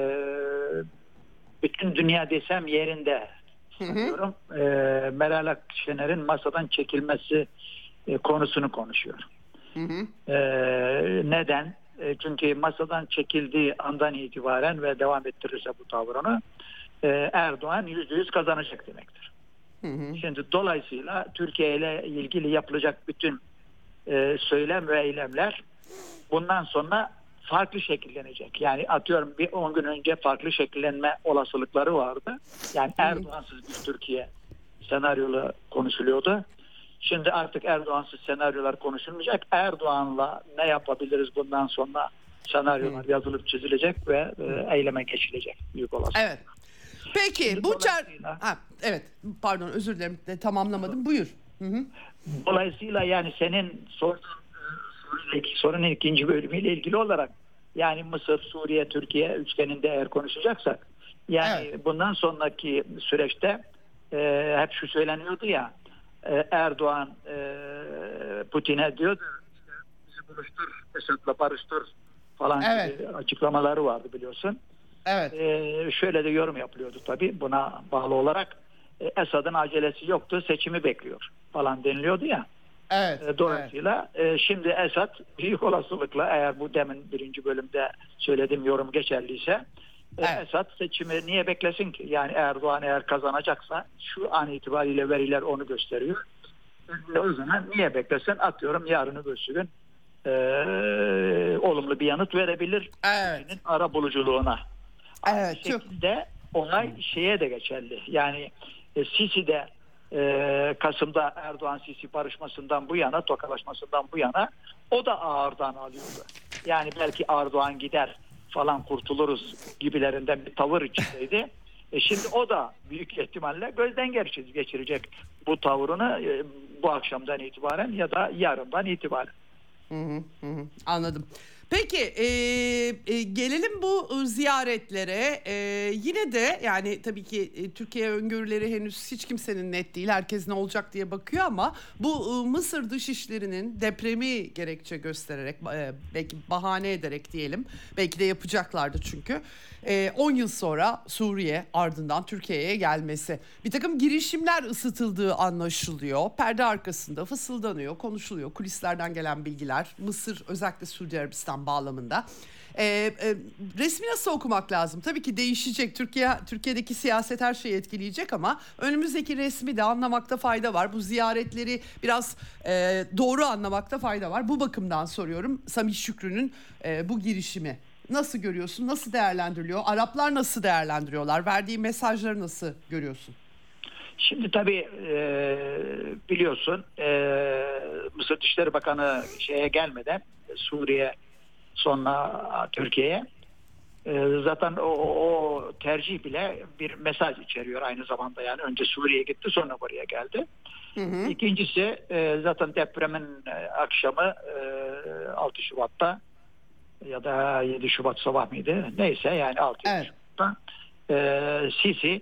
bütün dünya desem yerinde sanıyorum. E, Meral Akşener'in masadan çekilmesi e, konusunu konuşuyor. Hı hı. E, neden? E, çünkü masadan çekildiği andan itibaren ve devam ettirirse bu tavrını e, Erdoğan yüzde yüz kazanacak demektir. Hı hı. Şimdi dolayısıyla Türkiye ile ilgili yapılacak bütün e, söylem ve eylemler bundan sonra farklı şekillenecek. Yani atıyorum bir on gün önce farklı şekillenme olasılıkları vardı. Yani Erdoğansız bir Türkiye senaryoları konuşuluyordu. Şimdi artık Erdoğansız senaryolar konuşulmayacak. Erdoğan'la ne yapabiliriz bundan sonra senaryolar yazılıp çizilecek ve e, eyleme geçilecek büyük olasılıkla. Evet. Peki Şimdi bu çer... Ha, evet pardon özür dilerim de tamamlamadım. Buyur. Hı hı. Dolayısıyla yani senin sorduğun sorunun ikinci bölümüyle ilgili olarak yani Mısır, Suriye, Türkiye üçgeninde eğer konuşacaksak yani evet. Bundan sonraki süreçte e, hep şu söyleniyordu ya e, Erdoğan e, Putin'e diyordu işte bizi buluştur, Esad'la barıştır falan evet. gibi açıklamaları vardı biliyorsun. Evet. E, şöyle de yorum yapılıyordu tabii buna bağlı olarak e, Esad'ın acelesi yoktu, seçimi bekliyor falan deniliyordu ya. Evet, Dolayısıyla evet. şimdi Esad büyük olasılıkla eğer bu demin birinci bölümde söylediğim yorum geçerliyse evet. Esad seçimi niye beklesin ki? Yani Erdoğan eğer kazanacaksa şu an itibariyle veriler onu gösteriyor. O zaman niye beklesin? Atıyorum yarın öbür gün e, olumlu bir yanıt verebilir. Evet. Ara buluculuğuna. Evet, Aynı şekilde çok... olay şeye de geçerli. Yani e, Sisi'de Ee, Kasım'da Erdoğan-Sisi barışmasından bu yana, tokalaşmasından bu yana o da ağırdan alıyordu. Yani belki Erdoğan gider falan kurtuluruz gibilerinden bir tavır içindeydi. E şimdi o da büyük ihtimalle gözden geçirecek bu tavrını e, bu akşamdan itibaren ya da yarından itibaren. Hı hı hı. Anladım. Peki e, e, gelelim bu ziyaretlere. E, yine de yani tabii ki e, Türkiye öngörüleri henüz hiç kimsenin net değil. Herkes ne olacak diye bakıyor ama bu e, Mısır Dışişleri'nin depremi gerekçe göstererek e, belki bahane ederek diyelim. Belki de yapacaklardı çünkü. on yıl sonra Suriye ardından Türkiye'ye gelmesi. Bir takım girişimler ısıtıldığı anlaşılıyor. Perde arkasında fısıldanıyor, konuşuluyor. Kulislerden gelen bilgiler. Mısır özellikle Suudi Arabistan bağlamında. Ee, e, resmi nasıl okumak lazım? Tabii ki değişecek. Türkiye Türkiye'deki siyaset her şeyi etkileyecek ama önümüzdeki resmi de anlamakta fayda var. Bu ziyaretleri biraz e, doğru anlamakta fayda var. Bu bakımdan soruyorum. Samih Şükrü'nün e, bu girişimi nasıl görüyorsun? Nasıl değerlendiriliyor? Araplar nasıl değerlendiriyorlar? Verdiği mesajları nasıl görüyorsun? Şimdi tabii e, biliyorsun e, Mısır Dışişleri Bakanı şeye gelmeden Suriye sonra Türkiye'ye e, zaten o, o tercih bile bir mesaj içeriyor aynı zamanda. Yani önce Suriye'ye gitti sonra buraya geldi. Hı hı. İkincisi e, zaten depremin e, akşamı e, altı Şubat'ta ya da yedi Şubat sabah mıydı? Neyse yani altı evet. Şubat'ta e, Sisi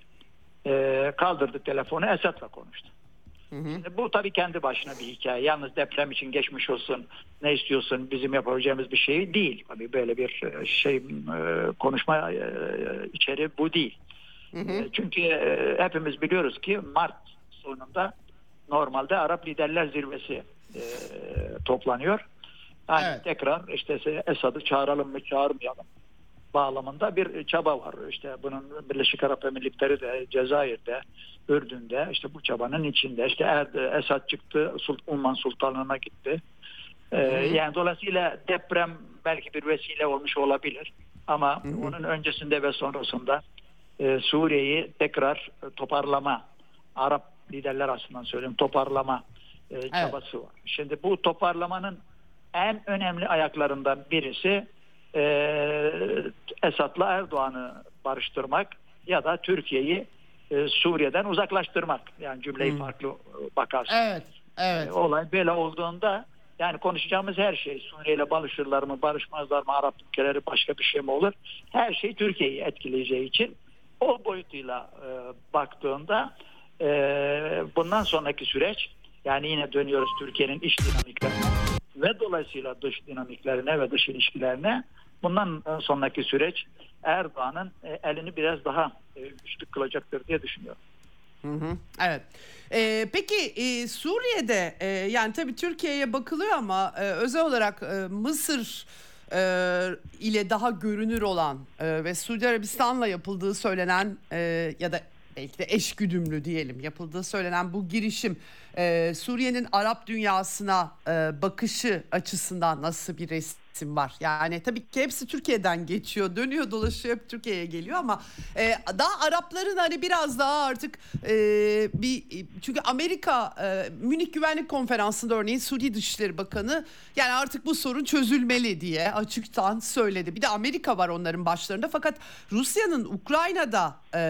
e, kaldırdı telefonu, Esad'la konuştu. Hı hı. Şimdi bu tabii kendi başına bir hikaye. Yalnız deprem için geçmiş olsun, ne istiyorsun, bizim yapabileceğimiz bir şey değil. Tabii böyle bir şey e, konuşma e, içeriği bu değil. Hı hı. Çünkü e, hepimiz biliyoruz ki Mart sonunda normalde Arap Liderler Zirvesi e, toplanıyor. Yani evet. Tekrar işte Esad'ı çağıralım mı çağırmayalım bağlamında bir çaba var. İşte bunun Birleşik Arap Emirlikleri de, Cezayir'de, Ürdün'de, işte bu çabanın içinde. İşte er, Esad çıktı, Umman Sultanlığı'na gitti. Ee, yani dolayısıyla deprem belki bir vesile olmuş olabilir. Ama hı hı. onun öncesinde ve sonrasında e, Suriye'yi tekrar toparlama, Arap liderler açısından söylüyorum, toparlama e, çabası evet. var. Şimdi bu toparlamanın en önemli ayaklarından birisi e, Esad'la Erdoğan'ı barıştırmak ya da Türkiye'yi e, Suriye'den uzaklaştırmak. Yani cümleyi hmm. farklı bakarsın. Evet, evet. E, olay böyle olduğunda yani konuşacağımız her şey Suriye ile barışırlar mı, barışmazlar mı, Arap ülkeleri başka bir şey mi olur? Her şey Türkiye'yi etkileyeceği için o boyutuyla e, baktığında e, bundan sonraki süreç, yani yine dönüyoruz Türkiye'nin iç dinamiklerine ve dolayısıyla dış dinamiklerine ve dış ilişkilerine. Bundan sonraki süreç Erdoğan'ın elini biraz daha güçlü kılacaktır diye düşünüyorum. Hı hı, evet. Ee, peki e, Suriye'de e, yani tabii Türkiye'ye bakılıyor ama e, özel olarak e, Mısır e, ile daha görünür olan e, ve Suudi Arabistan'la yapıldığı söylenen e, ya da belki de eşgüdümlü diyelim yapıldığı söylenen bu girişim e, Suriye'nin Arap dünyasına e, bakışı açısından nasıl bir resim var? Yani tabii ki hepsi Türkiye'den geçiyor, dönüyor, dolaşıyor, hep Türkiye'ye geliyor ama e, daha Arapların hani biraz daha artık e, bir çünkü Amerika e, Münih Güvenlik Konferansı'nda örneğin Suudi Dışişleri Bakanı yani artık bu sorun çözülmeli diye açıktan söyledi. Bir de Amerika var onların başlarında fakat Rusya'nın Ukrayna'da e,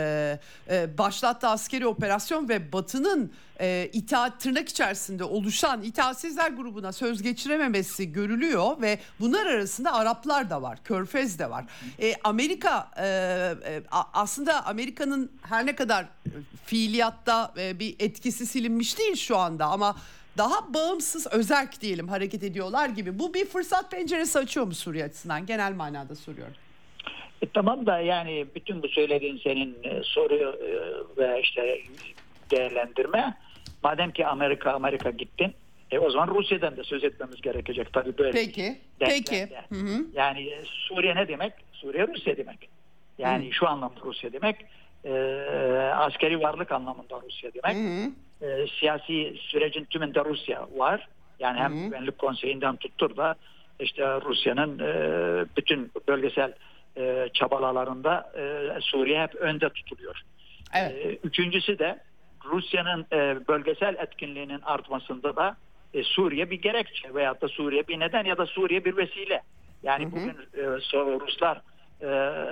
e, başlattığı askeri operasyon ve Batı'nın e, itaat tırnak içerisinde oluşan itaatsizler grubuna söz geçirememesi görülüyor ve bunlar arasında Araplar da var, Körfez de var. E, Amerika e, e, aslında Amerika'nın her ne kadar fiiliyatta e, bir etkisi silinmiş değil şu anda ama daha bağımsız, özerk diyelim hareket ediyorlar gibi. Bu bir fırsat penceresi açıyor mu Suriye açısından? Genel manada soruyorum. E, tamam da yani bütün bu söylediğin senin e, soru e, ve işte değerlendirme. Madem ki Amerika Amerika gittin, e, o zaman Rusya'dan da söz etmemiz gerekecek tabii böyle. Peki. Peki. Hı hı. Yani Suriye ne demek? Suriye Rusya demek. Yani hı. şu anlamda Rusya demek. E, askeri varlık anlamında Rusya demek. Hı hı. E, siyasi sürecin tümünde Rusya var. Yani hem hı hı. Güvenlik Konseyi'nden tuttur da işte Rusya'nın e, bütün bölgesel e, çabalarında e, Suriye hep önde tutuluyor. Evet. E, üçüncüsü de Rusya'nın e, bölgesel etkinliğinin artmasında da e, Suriye bir gerekçe veyahut da Suriye bir neden ya da Suriye bir vesile. Yani hı hı. bugün e, Ruslar e,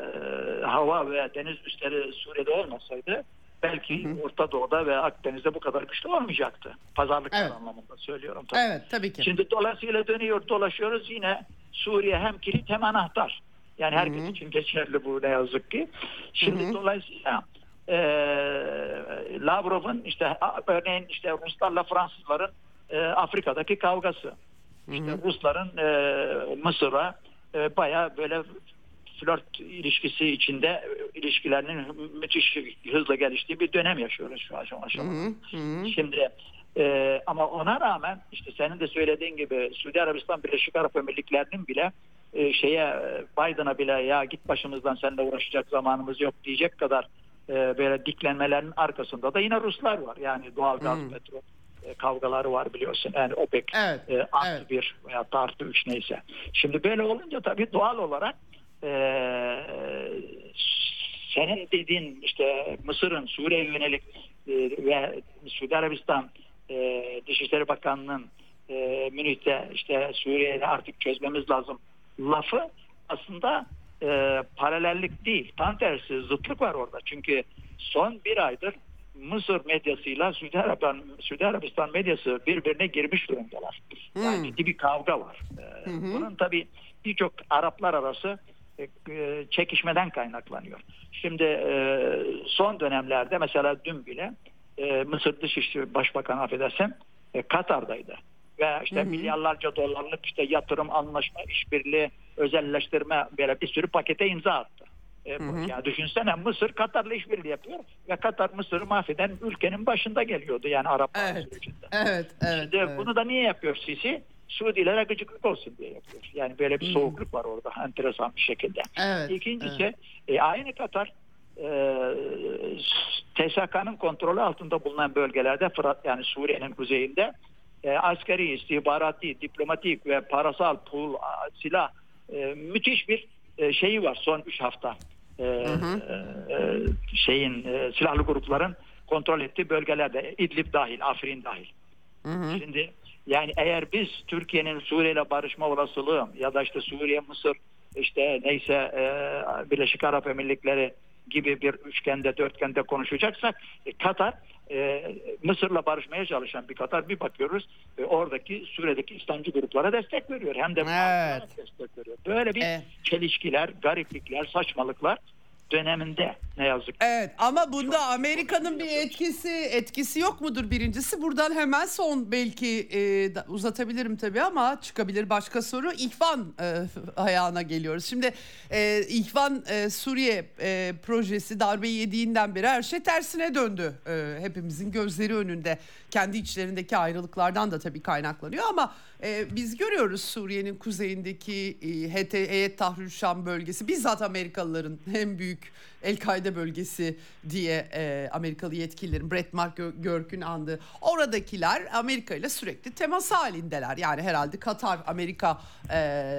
hava ve deniz üsleri Suriye'de olmasaydı belki hı hı. Orta Doğu'da ve Akdeniz'de bu kadar güçlü olmayacaktı. Pazarlık evet. anlamında söylüyorum. Tabii. Evet tabii ki. Şimdi dolayısıyla dönüyor dolaşıyoruz yine Suriye hem kilit hem anahtar. Yani herkes hı hı. için geçerli bu ne yazık ki. Şimdi hı hı. dolayısıyla e, Lavrov'un işte örneğin işte Ruslarla Fransızların e, Afrika'daki kavgası. İşte hı hı. Rusların e, Mısır'a e, bayağı böyle flört ilişkisi içinde ilişkilerinin müthiş hızla geliştiği bir dönem yaşıyoruz şu aşamada. Şimdi e, ama ona rağmen işte senin de söylediğin gibi Suudi Arabistan Birleşik Arap Emirlikleri'nin bile e, şeye Biden'a bile ya git başımızdan seninle uğraşacak zamanımız yok diyecek kadar e, böyle diklenmelerin arkasında da yine Ruslar var. Yani doğal gaz, hmm. petrol e, kavgaları var biliyorsun. Yani OPEC evet, e, artı evet. bir veya artı üç neyse. Şimdi böyle olunca tabii doğal olarak Ee, senin dediğin işte Mısır'ın Suriye'ye yönelik e, ve Suudi Arabistan e, Dışişleri Bakanlığı'nın e, Münih'te işte Suriye'yi artık çözmemiz lazım lafı aslında e, paralellik değil. Tam tersi zıtlık var orada. Çünkü son bir aydır Mısır medyasıyla Suudi Arabistan, Suudi Arabistan medyası birbirine girmiş durumdalar. Yani hmm. ciddi bir kavga var. Ee, hmm. Bunun tabii birçok Araplar arası e, çekişmeden kaynaklanıyor. Şimdi e, son dönemlerde mesela dün bile e, Mısır Dışişleri Başbakanı affedersin e, Katar'daydı. Ve işte hı hı. milyarlarca dolarlık işte yatırım, anlaşma, işbirliği, özelleştirme böyle bir sürü pakete imza attı. E, hı hı. Ya düşünsene Mısır Katar'la işbirliği yapıyor ve Katar Mısır'ı mahveden ülkenin başında geliyordu yani Arap evet. sürecinde. Evet, evet, Şimdi evet. bunu da niye yapıyor Sisi? Suudilere gıcıklık olsun diye yapıyor. Yani böyle bir hmm. soğukluk var orada enteresan bir şekilde. Evet, İkincisi evet. E, aynı Katar e, T S K'nın kontrolü altında bulunan bölgelerde Fırat yani Suriye'nin kuzeyinde e, askeri, istihbarati, diplomatik ve parasal pul, silah e, müthiş bir e, şeyi var son üç hafta. E, hı hı. E, şeyin e, silahlı grupların kontrol ettiği bölgelerde İdlib dahil, Afrin dahil. Hı hı. Şimdi yani eğer biz Türkiye'nin Suriye ile barışma olasılığı ya da işte Suriye, Mısır, işte neyse e, Birleşik Arap Emirlikleri gibi bir üçgende, dörtgende konuşacaksak e, Katar, e, Mısır'la barışmaya çalışan bir Katar bir bakıyoruz e, oradaki Suriye'deki İslamcı gruplara destek veriyor. Hem de evet. destek veriyor. Böyle bir evet. çelişkiler, gariplikler, saçmalıklar döneminde ne yazık ki. Evet ama bunda Amerika'nın bir etkisi etkisi yok mudur birincisi? Buradan hemen son belki e, uzatabilirim tabii ama çıkabilir başka soru. İhvan e, ayağına geliyoruz. Şimdi e, İhvan e, Suriye e, projesi darbeyi yediğinden beri her şey tersine döndü. E, hepimizin gözleri önünde. Kendi içlerindeki ayrılıklardan da tabii kaynaklanıyor ama e, biz görüyoruz Suriye'nin kuzeyindeki e, Heyet Tahrir Şam bölgesi bizzat Amerikalıların en büyük El-Kaide bölgesi diye e, Amerikalı yetkililerin Brett McGurk'ün andığı oradakiler Amerika ile sürekli temas halindeler. Yani herhalde Katar-Amerika e,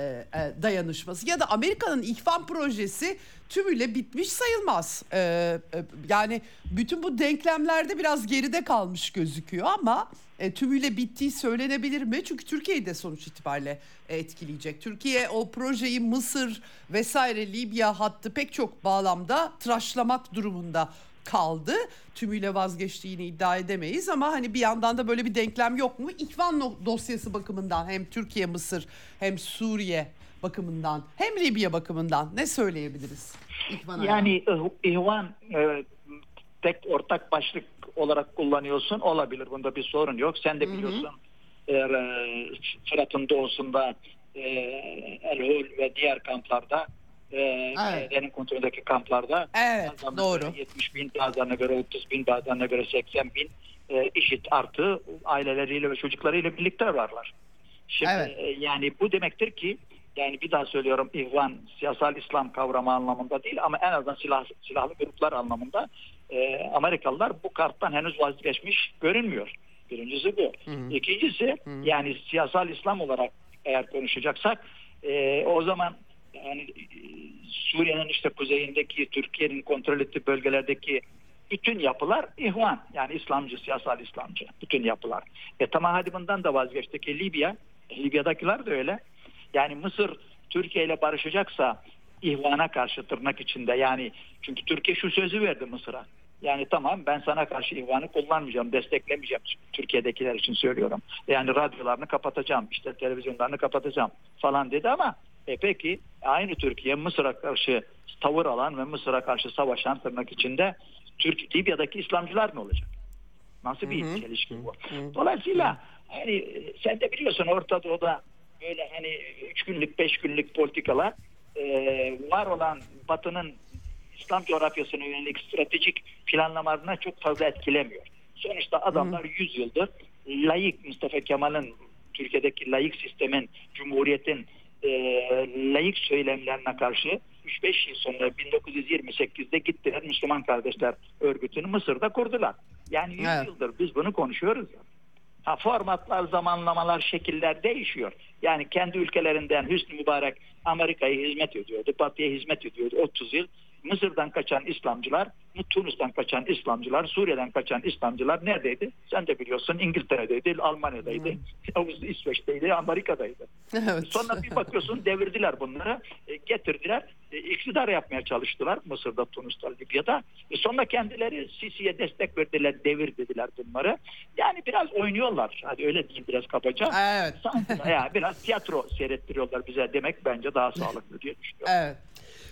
e, dayanışması ya da Amerika'nın İhvan projesi tümüyle bitmiş sayılmaz. E, e, yani bütün bu denklemlerde biraz geride kalmış gözüküyor ama e, tümüyle bittiği söylenebilir mi? Çünkü Türkiye'yi de sonuç itibariyle e, etkileyecek. Türkiye o projeyi Mısır vesaire Libya hattı pek çok bağlamda tıraşlamak durumunda kaldı. Tümüyle vazgeçtiğini iddia edemeyiz ama hani bir yandan da böyle bir denklem yok mu? İhvan dosyası bakımından hem Türkiye, Mısır hem Suriye bakımından hem Libya bakımından ne söyleyebiliriz? İhvan yani İhvan e, tek ortak başlık olarak kullanıyorsun olabilir. Bunda bir sorun yok. Sen de biliyorsun hı hı. E, Fırat'ın doğusunda e, El-Hul ve diğer kamplarda e, evet. kontrolündeki kamplarda evet, doğru. yetmiş bin bazılarına göre otuz bin bazılarına göre seksen bin e, IŞİD artı aileleriyle ve çocuklarıyla birlikte varlar. Şimdi evet. e, yani bu demektir ki yani bir daha söylüyorum İhvan siyasal İslam kavramı anlamında değil ama en azından silah, silahlı gruplar anlamında e, Amerikalılar bu karttan henüz vazgeçmiş görünmüyor. Birincisi bu. Hı hı. İkincisi hı hı. yani siyasal İslam olarak eğer konuşacaksak e, o zaman yani Suriye'nin işte kuzeyindeki Türkiye'nin kontrol ettiği bölgelerdeki bütün yapılar İhvan yani İslamcı, siyasal İslamcı bütün yapılar. E tamam hadi bundan da vazgeçtik. E, Libya, Libya'dakiler de öyle. Yani Mısır Türkiye ile barışacaksa İhvan'a karşı tırnak içinde yani çünkü Türkiye şu sözü verdi Mısır'a. Yani tamam ben sana karşı İhvan'ı kullanmayacağım, desteklemeyeceğim. Türkiye'dekiler için söylüyorum. Yani radyolarını kapatacağım, işte televizyonlarını kapatacağım falan dedi ama e peki aynı Türkiye Mısır'a karşı tavır alan ve Mısır'a karşı savaşan tırnak içinde Türk Libya'daki İslamcılar ne olacak? Nasıl bir hı-hı. çelişki bu? Hı-hı. Dolayısıyla hani sen de biliyorsun Orta Doğu'da böyle hani üç günlük, beş günlük politikalar e, var olan Batı'nın İslam coğrafyasına yönelik stratejik planlamalarına çok fazla etkilemiyor. Sonuçta adamlar yüz yıldır laik Mustafa Kemal'in Türkiye'deki laik sistemin, Cumhuriyet'in e, laik söylemlerine karşı üç beş yıl sonra bin dokuz yüz yirmi sekizde gittiler Müslüman Kardeşler Örgütü'nü Mısır'da kurdular. Yani yüz evet. yıldır biz bunu konuşuyoruz. Ha, formatlar, zamanlamalar, şekiller değişiyor. Yani kendi ülkelerinden Hüsnü Mübarek Amerika'ya hizmet ediyordu, Batı'ya hizmet ediyordu otuz yıl. Mısır'dan kaçan İslamcılar, Tunus'tan kaçan İslamcılar, Suriye'den kaçan İslamcılar neredeydi? Sen de biliyorsun İngiltere'deydi, Almanya'daydı, hmm. İsveç'teydi, Amerika'daydı. Evet. Sonra bir bakıyorsun devirdiler bunları, getirdiler, iktidar yapmaya çalıştılar Mısır'da, Tunus'ta, Libya'da. Sonra kendileri Sisi'ye destek verdiler, devir dediler bunları. Yani biraz oynuyorlar, hadi öyle diyeyim biraz kabaca. Evet. Yani biraz tiyatro seyrettiriyorlar bize demek bence daha sağlıklı diye düşünüyorum. Evet.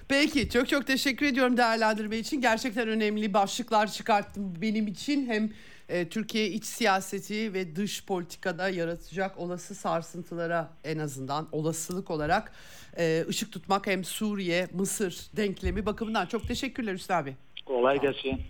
Peki, çok çok teşekkür ediyorum değerlendirme için. Gerçekten önemli başlıklar çıkarttım benim için. Hem e, Türkiye iç siyaseti ve dış politikada yaratacak olası sarsıntılara en azından olasılık olarak e, ışık tutmak, hem Suriye, Mısır denklemi bakımından. Çok teşekkürler Hüsnü abi. Kolay gelsin.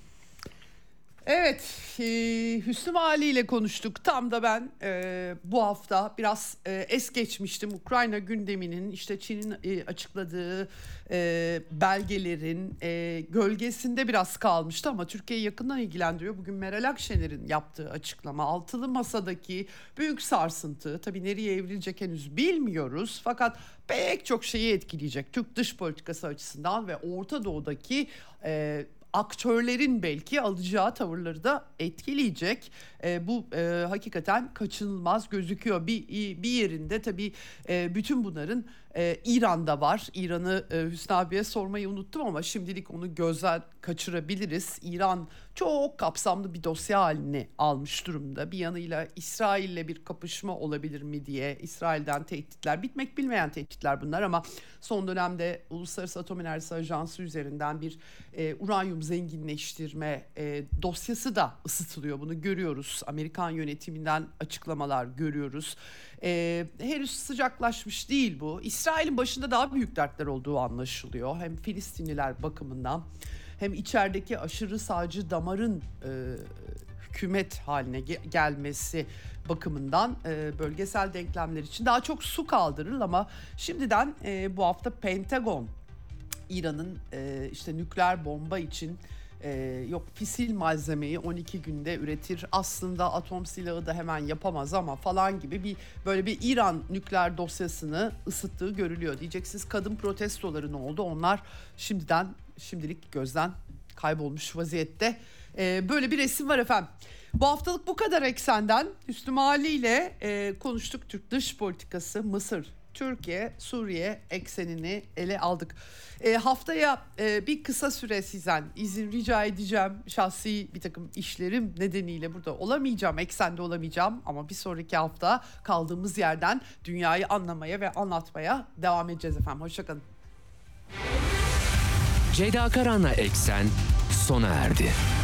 Evet, e, Hüsnü Mali ile konuştuk. Tam da ben e, bu hafta biraz e, es geçmiştim. Ukrayna gündeminin, işte Çin'in e, açıkladığı e, belgelerin e, gölgesinde biraz kalmıştı ama Türkiye'yi yakından ilgilendiriyor. Bugün Meral Akşener'in yaptığı açıklama, altılı masadaki büyük sarsıntı, tabii nereye evrilecek henüz bilmiyoruz. Fakat pek çok şeyi etkileyecek Türk dış politikası açısından ve Orta Doğu'daki e, aktörlerin belki alacağı tavırları da etkileyecek. E, bu e, hakikaten kaçınılmaz gözüküyor. Bir bir yerinde tabii e, bütün bunların e, İran'da var. İran'ı e, Hüsnü abiye sormayı unuttum ama şimdilik onu gözden kaçırabiliriz. İran çok kapsamlı bir dosya haline almış durumda. Bir yanıyla İsrail'le bir kapışma olabilir mi diye, İsrail'den tehditler, bitmek bilmeyen tehditler bunlar ama son dönemde Uluslararası Atom Enerjisi Ajansı üzerinden bir e, uranyum zenginleştirme e, dosyası da ısıtılıyor. Bunu görüyoruz. Amerikan yönetiminden açıklamalar görüyoruz. E, henüz sıcaklaşmış değil bu. İsrail'in başında daha büyük dertler olduğu anlaşılıyor. Hem Filistinliler bakımından hem içerideki aşırı sağcı damarın e, hükümet haline ge- gelmesi bakımından e, bölgesel denklemler için daha çok su kaldırır ama şimdiden e, bu hafta Pentagon İran'ın e, işte nükleer bomba için e, yok fisil malzemeyi on iki günde üretir, aslında atom silahı da hemen yapamaz ama falan gibi bir böyle bir İran nükleer dosyasını ısıttığı görülüyor. Diyeceksiniz kadın protestoları ne oldu? Onlar şimdiden şimdilik gözden kaybolmuş vaziyette. E, böyle bir resim var efendim. Bu haftalık bu kadar Eksen'den. Hüsnü Mali ile e, konuştuk. Türk dış politikası, Mısır, Türkiye, Suriye eksenini ele aldık. E, haftaya e, bir kısa süre sizden izin rica edeceğim. Şahsi bir takım işlerim nedeniyle burada olamayacağım, eksende olamayacağım. Ama bir sonraki hafta kaldığımız yerden dünyayı anlamaya ve anlatmaya devam edeceğiz efendim. Hoşçakalın. Ceyda Karan'la Eksen sona erdi.